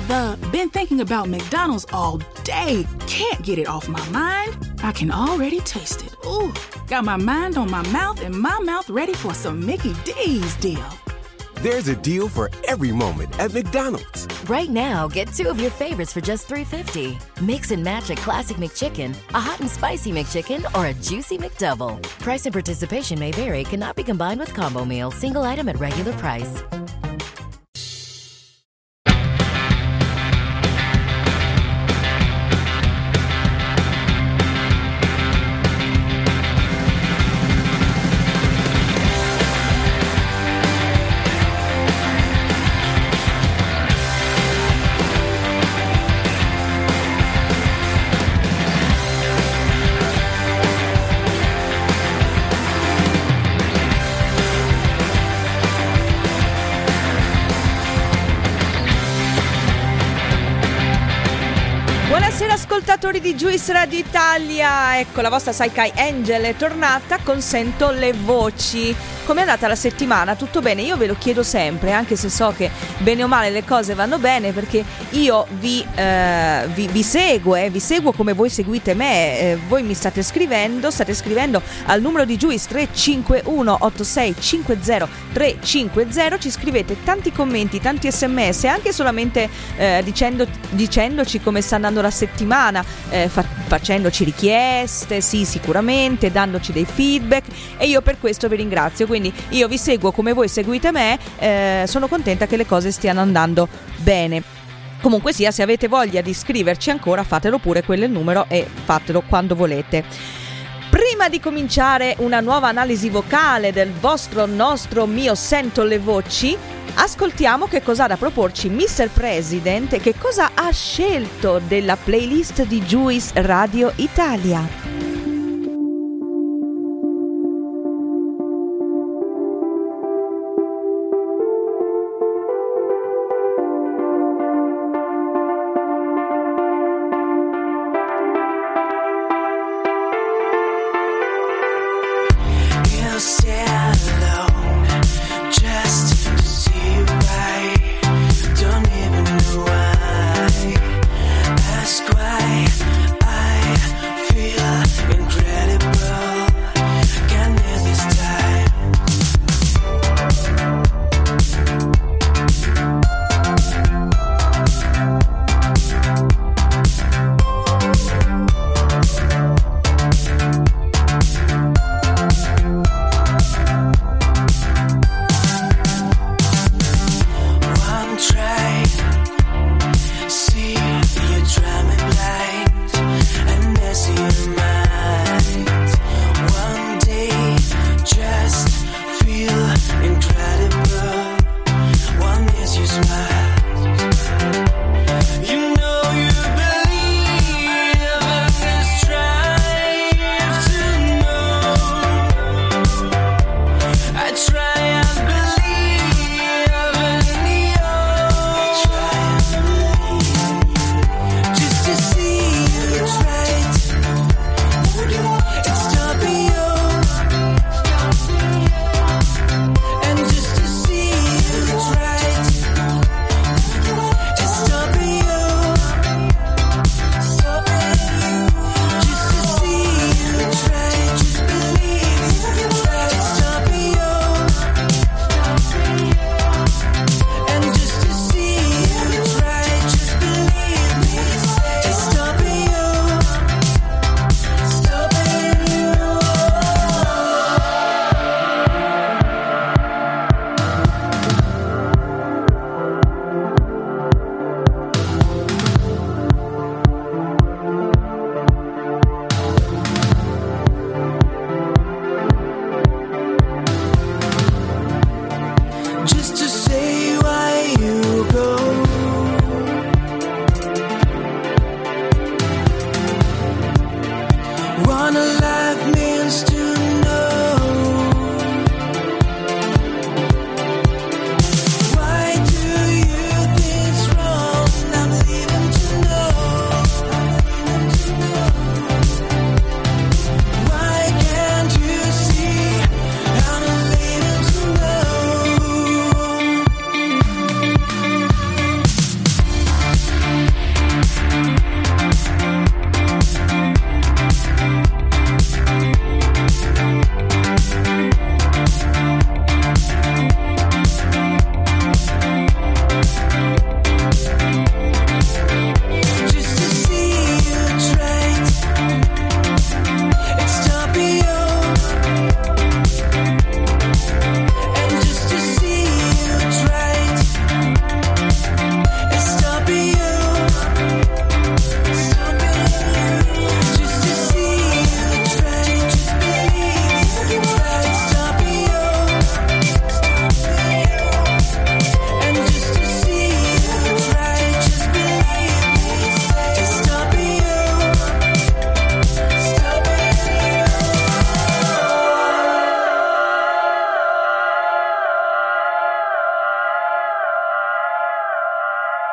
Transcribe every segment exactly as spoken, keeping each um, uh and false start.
The been thinking about McDonald's all day. Can't get it off my mind. I can already taste it. Ooh, got my mind on my mouth and my mouth ready for some Mickey D's deal. There's a deal for every moment at McDonald's. Right now, get two of your favorites for just three fifty. Mix and match a classic McChicken, a hot and spicy McChicken, or a juicy McDouble. Price and participation may vary. Cannot be combined with combo meal. Single item at regular price. Ascoltatori di Juice Radio Italia, ecco la vostra Saikai Angel è tornata con Sento le Voci. Com'è andata la settimana? Tutto bene? Io ve lo chiedo sempre, anche se so che bene o male le cose vanno bene, perché io vi, eh, vi, vi seguo, eh, vi seguo come voi seguite me, eh, voi mi state scrivendo, state scrivendo al numero di Juice tre cinque uno otto sei cinque zero tre cinque zero, ci scrivete tanti commenti, tanti sms, anche solamente eh, dicendo, dicendoci come sta andando la settimana, eh, fa- facendoci richieste, sì sicuramente, dandoci dei feedback, e io per questo vi ringrazio. Quindi io vi seguo come voi seguite me, eh, sono contenta che le cose stiano andando bene. Comunque sia, se avete voglia di scriverci ancora, fatelo pure, quello è il numero, e fatelo quando volete. Prima di cominciare una nuova analisi vocale del vostro, nostro, mio Sento le Voci, ascoltiamo che cosa ha da proporci mister President e che cosa ha scelto della playlist di Juice Radio Italia. Ask why I feel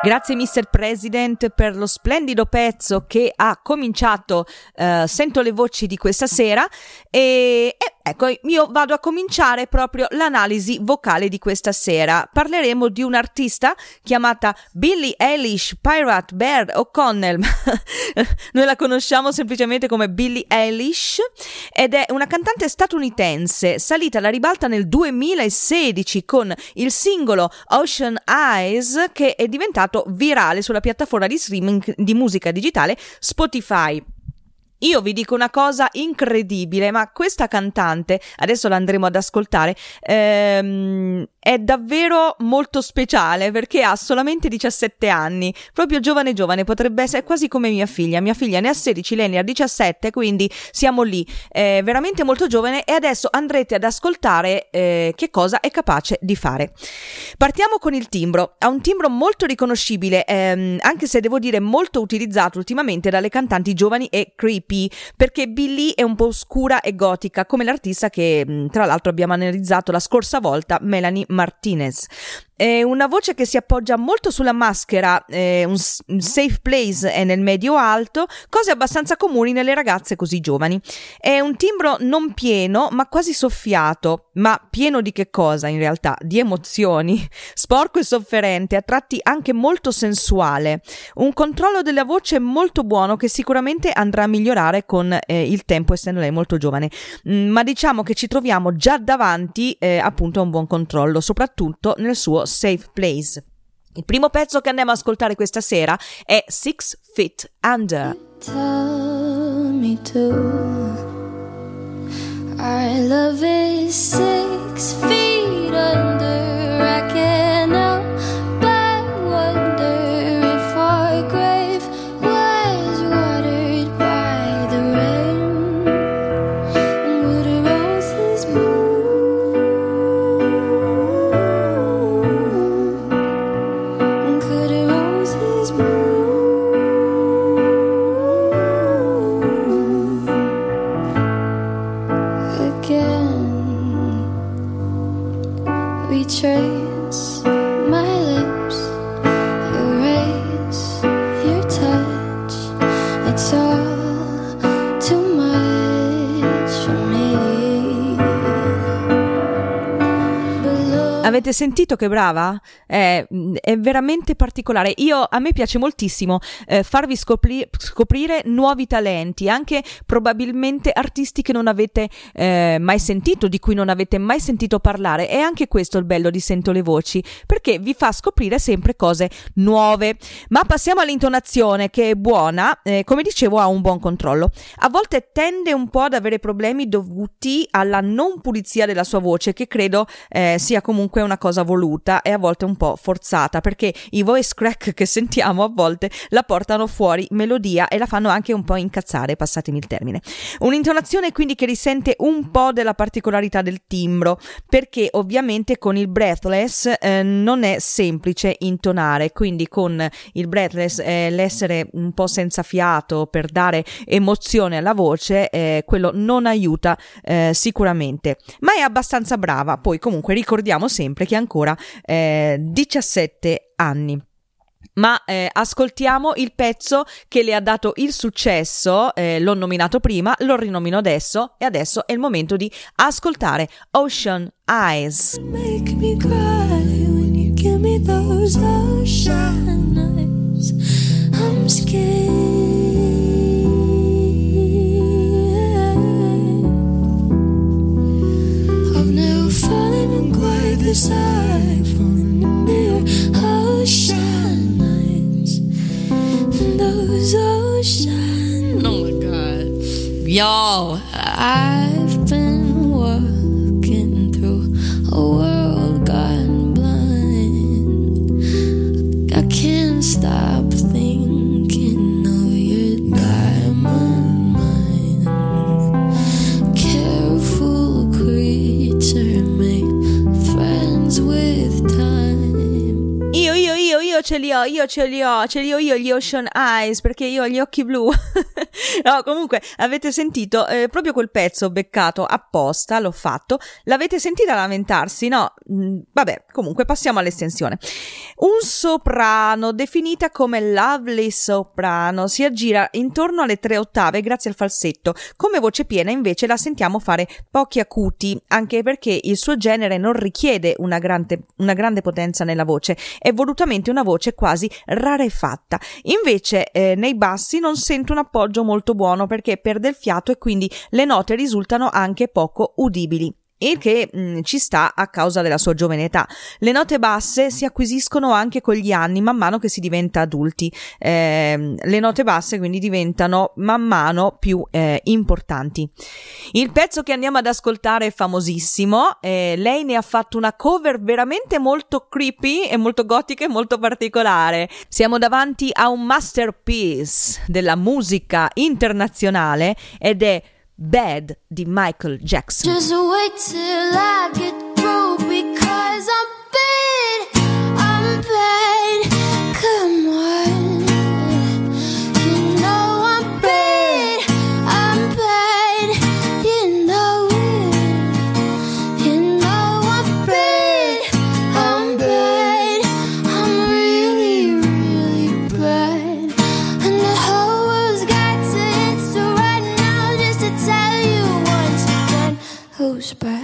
Grazie mister President per lo splendido pezzo che ha cominciato uh, Sento le voci di questa sera e, e ecco, io vado a cominciare proprio l'analisi vocale di questa sera. Parleremo di un'artista chiamata Billie Eilish Pirate Bear O'Connell. Noi la conosciamo semplicemente come Billie Eilish ed è una cantante statunitense salita alla ribalta nel duemilasedici con il singolo Ocean Eyes, che è diventato virale sulla piattaforma di streaming di musica digitale Spotify. Io vi dico una cosa incredibile, ma questa cantante, adesso la andremo ad ascoltare, ehm, è davvero molto speciale perché ha solamente diciassette anni, proprio giovane giovane, potrebbe essere quasi come mia figlia. Mia figlia ne ha sedici, lei ne ha diciassette, quindi siamo lì, è veramente molto giovane e adesso andrete ad ascoltare eh, che cosa è capace di fare. Partiamo con il timbro. Ha un timbro molto riconoscibile, ehm, anche se devo dire molto utilizzato ultimamente dalle cantanti giovani e creepy, perché Billie è un po' oscura e gotica, come l'artista che tra l'altro abbiamo analizzato la scorsa volta, Melanie Martinez. È una voce che si appoggia molto sulla maschera, eh, un, un safe place è nel medio-alto, cose abbastanza comuni nelle ragazze così giovani. È un timbro non pieno, ma quasi soffiato, ma pieno di che cosa in realtà? Di emozioni, sporco e sofferente, a tratti anche molto sensuale. Un controllo della voce molto buono che sicuramente andrà a migliorare con eh, il tempo, essendo lei molto giovane. Mm, ma diciamo che ci troviamo già davanti eh, appunto a un buon controllo, soprattutto nel suo Safe Place. Il primo pezzo che andiamo ad ascoltare questa sera è Six Feet Under. Tell me to. Our love is six feet under. I can't help but wonder if our grave was watered by the rain. Would roses bloom? Trace my lips, erase your touch. It's all too much for me. Below. Avete sentito che brava? È, è veramente particolare. Io, a me piace moltissimo eh, farvi scopri- scoprire nuovi talenti, anche probabilmente artisti che non avete eh, mai sentito, di cui non avete mai sentito parlare. È anche questo il bello di Sento le voci, perché vi fa scoprire sempre cose nuove. Ma passiamo all'intonazione, che è buona, eh, come dicevo ha un buon controllo. A volte tende un po' ad avere problemi dovuti alla non pulizia della sua voce, che credo eh, sia comunque una cosa voluta e a volte un po' forzata, perché i voice crack che sentiamo a volte la portano fuori melodia e la fanno anche un po' incazzare, passatemi il termine. Un'intonazione quindi che risente un po' della particolarità del timbro, perché ovviamente con il breathless eh, non è semplice intonare, quindi con il breathless eh, l'essere un po' senza fiato per dare emozione alla voce, eh, quello non aiuta eh, sicuramente, ma è abbastanza brava. Poi comunque ricordiamo sempre che ha ancora eh, diciassette anni. Ma eh, ascoltiamo il pezzo che le ha dato il successo, eh, l'ho nominato prima, lo rinomino adesso e adesso è il momento di ascoltare Ocean Eyes. Make me cry when you give me those ocean eyes. I'm scared of never falling in quite this high, falling in their ocean eyes. Those ocean. Oh my God, y'all! I've been walking through a world gone blind. I can't stop thinking of your diamond mind. Careful creature, make friends with time. Io, io, io, io ce li ho, io ce li ho, ce li ho io gli Ocean Eyes, perché io ho gli occhi blu. No, comunque avete sentito eh, proprio quel pezzo beccato apposta, l'ho fatto. L'avete sentita lamentarsi? No? Mm, vabbè, comunque passiamo all'estensione. Un soprano, definita come lovely soprano, si aggira intorno alle tre ottave grazie al falsetto. Come voce piena invece la sentiamo fare pochi acuti, anche perché il suo genere non richiede una grande, una grande potenza nella voce, è volutamente una voce quasi rarefatta. Invece eh, nei bassi non sento un appoggio molto buono perché perde il fiato e quindi le note risultano anche poco udibili. Il che mh, ci sta a causa della sua giovane età. Le note basse si acquisiscono anche con gli anni, man mano che si diventa adulti. Eh, le note basse quindi diventano man mano più eh, importanti. Il pezzo che andiamo ad ascoltare è famosissimo, eh, lei ne ha fatto una cover veramente molto creepy e molto gotica e molto particolare. Siamo davanti a un masterpiece della musica internazionale ed è Bad di Michael Jackson. Just wait till I get through because I'm bad, I'm bad. Come on, you know I'm bad, I'm bad. You know it, you know I'm bad, I'm bad. I'm really, really bad. And the whole world's got to answer right now just to tell you once again who's bad.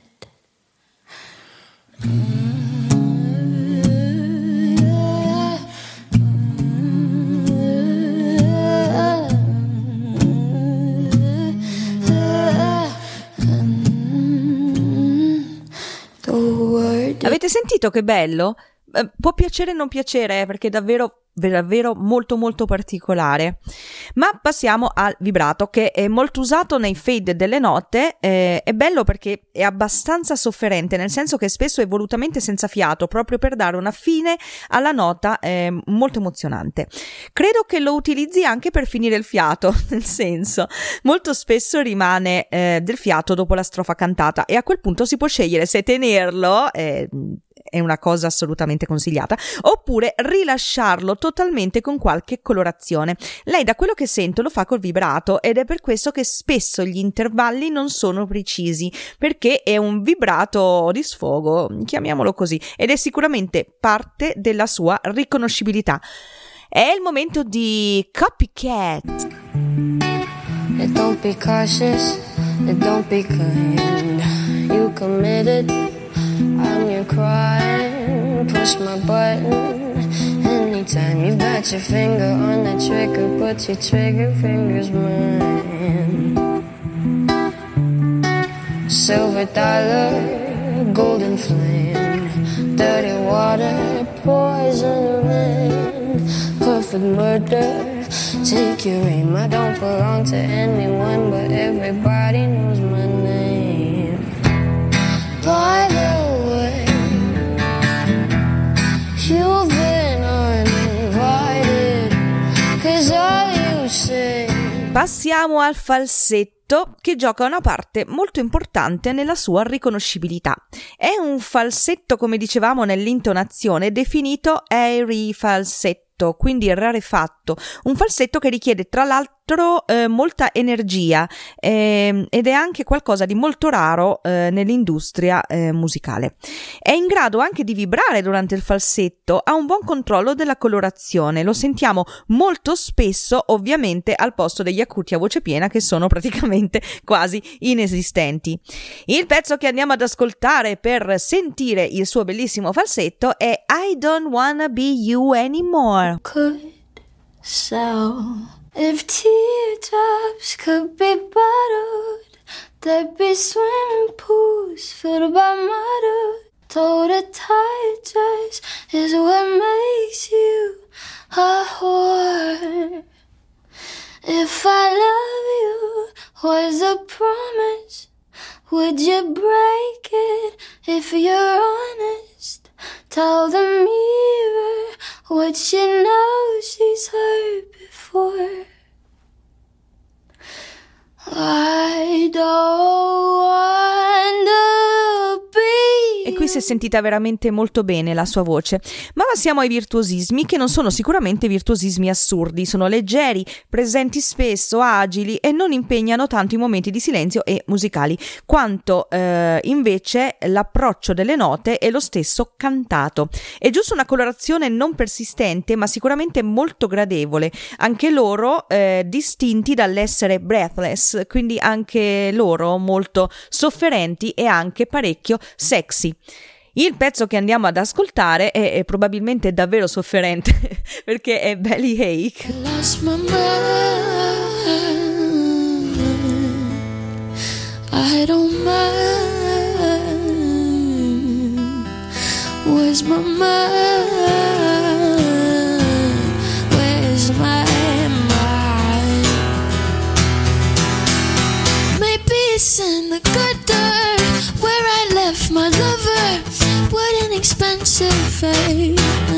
Avete sentito che bello? Eh, può piacere o non piacere, eh, perché è davvero davvero molto molto particolare. Ma passiamo al vibrato, che è molto usato nei fade delle note. Eh, è bello perché è abbastanza sofferente, nel senso che spesso è volutamente senza fiato, proprio per dare una fine alla nota eh, molto emozionante. Credo che lo utilizzi anche per finire il fiato, nel senso, molto spesso rimane eh, del fiato dopo la strofa cantata e a quel punto si può scegliere se tenerlo, eh, è una cosa assolutamente consigliata, oppure rilasciarlo totalmente con qualche colorazione. Lei, da quello che sento, lo fa col vibrato ed è per questo che spesso gli intervalli non sono precisi, perché è un vibrato di sfogo, chiamiamolo così, ed è sicuramente parte della sua riconoscibilità. È il momento di Copycat. And don't be cautious, and don't be kind. You committed, I'm your crime. Push my button anytime. You've got your finger on the trigger, but your trigger finger's mine. Silver dollar, golden flame, dirty water, poison rain, perfect murder. Take your aim. I don't belong to anyone, but everybody knows my name. By the way, you've been uninvited, 'cause all you say. Passiamo al falsetto, che gioca una parte molto importante nella sua riconoscibilità. È un falsetto, come dicevamo nell'intonazione, definito airy falsetto, quindi rarefatto, un falsetto che richiede tra l'altro eh, molta energia eh, ed è anche qualcosa di molto raro eh, nell'industria eh, musicale. È in grado anche di vibrare durante il falsetto, ha un buon controllo della colorazione, lo sentiamo molto spesso ovviamente al posto degli acuti a voce piena, che sono praticamente quasi inesistenti. Il pezzo che andiamo ad ascoltare per sentire il suo bellissimo falsetto è I Don't Wanna Be You Anymore. Could sell if teardrops could be bottled, there'd be swimming pools filled by mud. Told a tight dress is what makes you a whore. If I love you was a promise, would you break it if you're honest? Tell the mirror what she knows she's heard before. I don't wanna be. E qui si è sentita veramente molto bene la sua voce. Ma passiamo ai virtuosismi, che non sono sicuramente virtuosismi assurdi, sono leggeri, presenti spesso, agili e non impegnano tanto i momenti di silenzio e musicali, quanto eh, invece l'approccio delle note è lo stesso cantato. È giusto una colorazione non persistente, ma sicuramente molto gradevole, anche loro eh, distinti dall'essere breathless, quindi anche loro molto sofferenti e anche parecchio sexy. Il pezzo che andiamo ad ascoltare è, è probabilmente davvero sofferente perché è Belly Ache. I lost my mind. I don't mind. Where's my mind? Where's my mind? Maybe it's in the good dirt where I left my lover. What an expensive fate.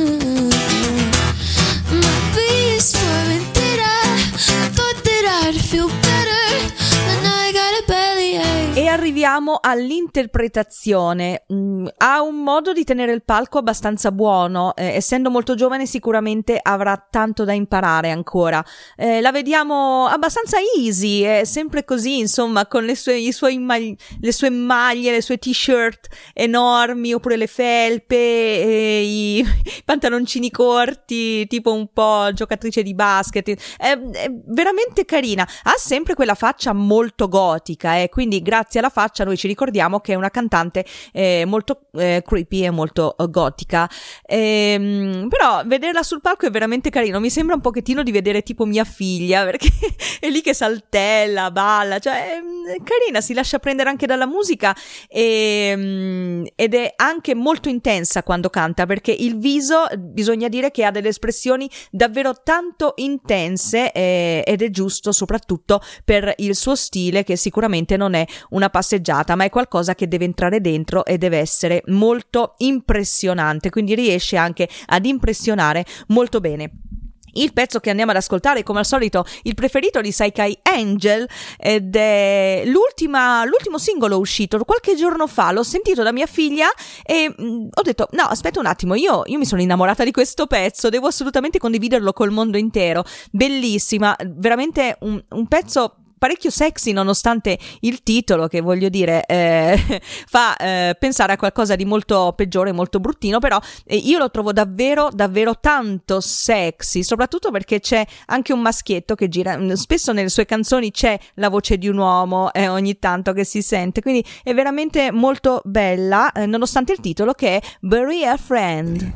My beast weren't did I? I thought that I'd feel better, but now I got a bellyache. E arriviamo all'interpretazione. Mm, ha un modo di tenere il palco abbastanza buono, eh, essendo molto giovane sicuramente avrà tanto da imparare ancora. Eh, la vediamo abbastanza easy, è sempre così, insomma, con le sue, i suoi mag- le sue maglie, le sue t-shirt enormi, oppure le felpe, eh, i, i pantaloncini corti, tipo un po' giocatrice di basket. È, è veramente carina. Ha sempre quella faccia molto gotica, eh, quindi grazie alla faccia noi ci ricordiamo che è una cantante eh, molto eh, creepy e molto uh, gotica. Ehm, però vederla sul palco è veramente carino. Mi sembra un pochettino di vedere tipo mia figlia, perché è lì che saltella, balla, cioè è, è carina, si lascia prendere anche dalla musica e, ed è anche molto intensa quando canta, perché il viso bisogna dire che ha delle espressioni davvero tanto intense eh, ed è giusto soprattutto per il suo stile, che sicuramente non è una passeggiata, ma è qualcosa che deve entrare dentro e deve essere molto impressionante, quindi riesce anche ad impressionare molto bene. Il pezzo che andiamo ad ascoltare è, come al solito, il preferito di Psyche Angel ed è l'ultima, l'ultimo singolo uscito qualche giorno fa. L'ho sentito da mia figlia e mh, ho detto no, aspetta un attimo, io, io mi sono innamorata di questo pezzo, devo assolutamente condividerlo col mondo intero. Bellissima, veramente un, un pezzo parecchio sexy, nonostante il titolo, che voglio dire eh, fa eh, pensare a qualcosa di molto peggiore, molto bruttino, però eh, io lo trovo davvero davvero tanto sexy, soprattutto perché c'è anche un maschietto che gira. Spesso nelle sue canzoni c'è la voce di un uomo eh, ogni tanto che si sente, quindi è veramente molto bella, eh, nonostante il titolo che è Bury a Friend.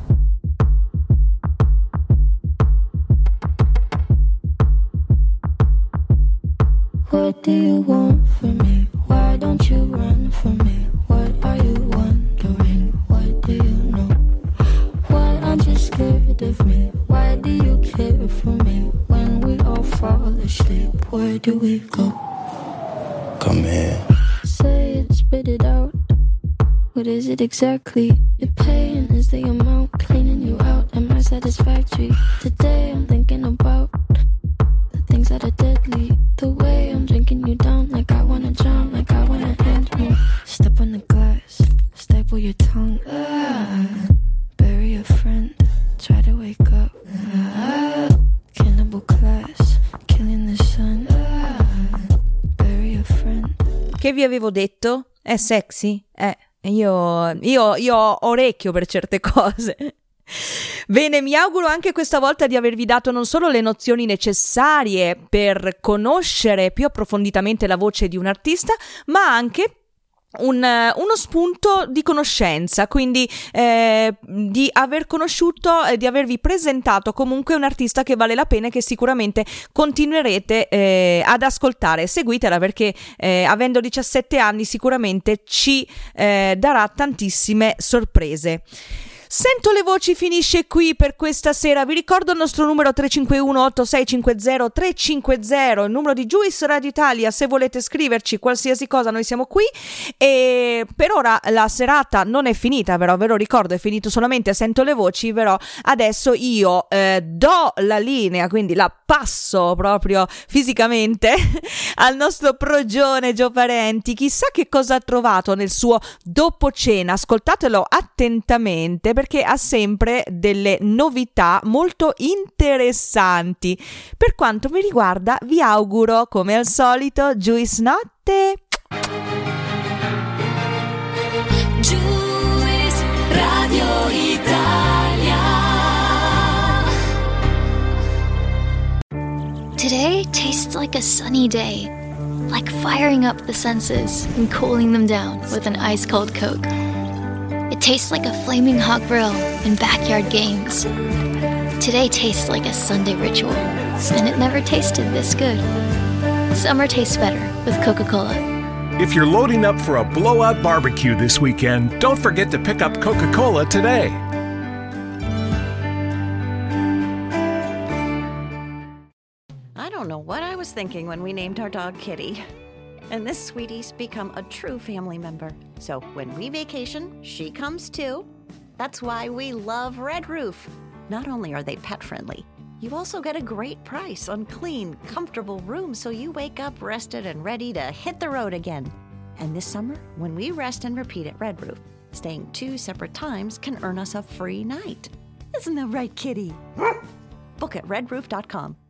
What do you want from me? Why don't you run from me? What are you wondering? What do you know? Why aren't you scared of me? Why do you care for me? When we all fall asleep, where do we go? Come here. Say it, spit it out. What is it exactly? Your pain is the amount cleaning you out. Am I satisfactory? Today I'm thinking about the things that are deadly. The way I'm drinking you down, like I wanna drown, like I wanna end me. Step on the glass, staple your tongue. Ah, bury a friend, try to wake up. Ah, cannibal class, killing the sun. Ah, bury a friend. Che vi avevo detto? È sexy? Eh, io, io, io ho orecchio per certe cose. Bene, mi auguro anche questa volta di avervi dato non solo le nozioni necessarie per conoscere più approfonditamente la voce di un artista, ma anche Un, uno spunto di conoscenza, quindi eh, di aver conosciuto e di avervi presentato comunque un artista che vale la pena e che sicuramente continuerete eh, ad ascoltare. Seguitela, perché eh, avendo diciassette anni sicuramente ci eh, darà tantissime sorprese. Sento le voci finisce qui per questa sera. Vi ricordo il nostro numero tre cinque uno otto sei cinque zero tre cinque zero, il numero di Juice Radio Italia. Se volete scriverci qualsiasi cosa, noi siamo qui. E per ora la serata non è finita, però ve lo ricordo, è finito solamente Sento le voci. Però adesso io eh, do la linea, quindi la passo proprio fisicamente al nostro progione Gio Parenti. Chissà che cosa ha trovato nel suo dopo cena. Ascoltatelo attentamente perché ha sempre delle novità molto interessanti. Per quanto mi riguarda vi auguro come al solito Juice notte. Juice Radio Italia. Today tastes like a sunny day, like firing up the senses and cooling them down with an ice-cold Coke. It tastes like a flaming hot grill and backyard games. Today tastes like a Sunday ritual, and it never tasted this good. Summer tastes better with Coca-Cola. If you're loading up for a blowout barbecue this weekend, don't forget to pick up Coca-Cola today. I don't know what I was thinking when we named our dog Kitty. And this sweetie's become a true family member. So when we vacation, she comes too. That's why we love Red Roof. Not only are they pet friendly, you also get a great price on clean, comfortable rooms so you wake up rested and ready to hit the road again. And this summer, when we rest and repeat at Red Roof, staying two separate times can earn us a free night. Isn't that right, Kitty? Book at red roof dot com.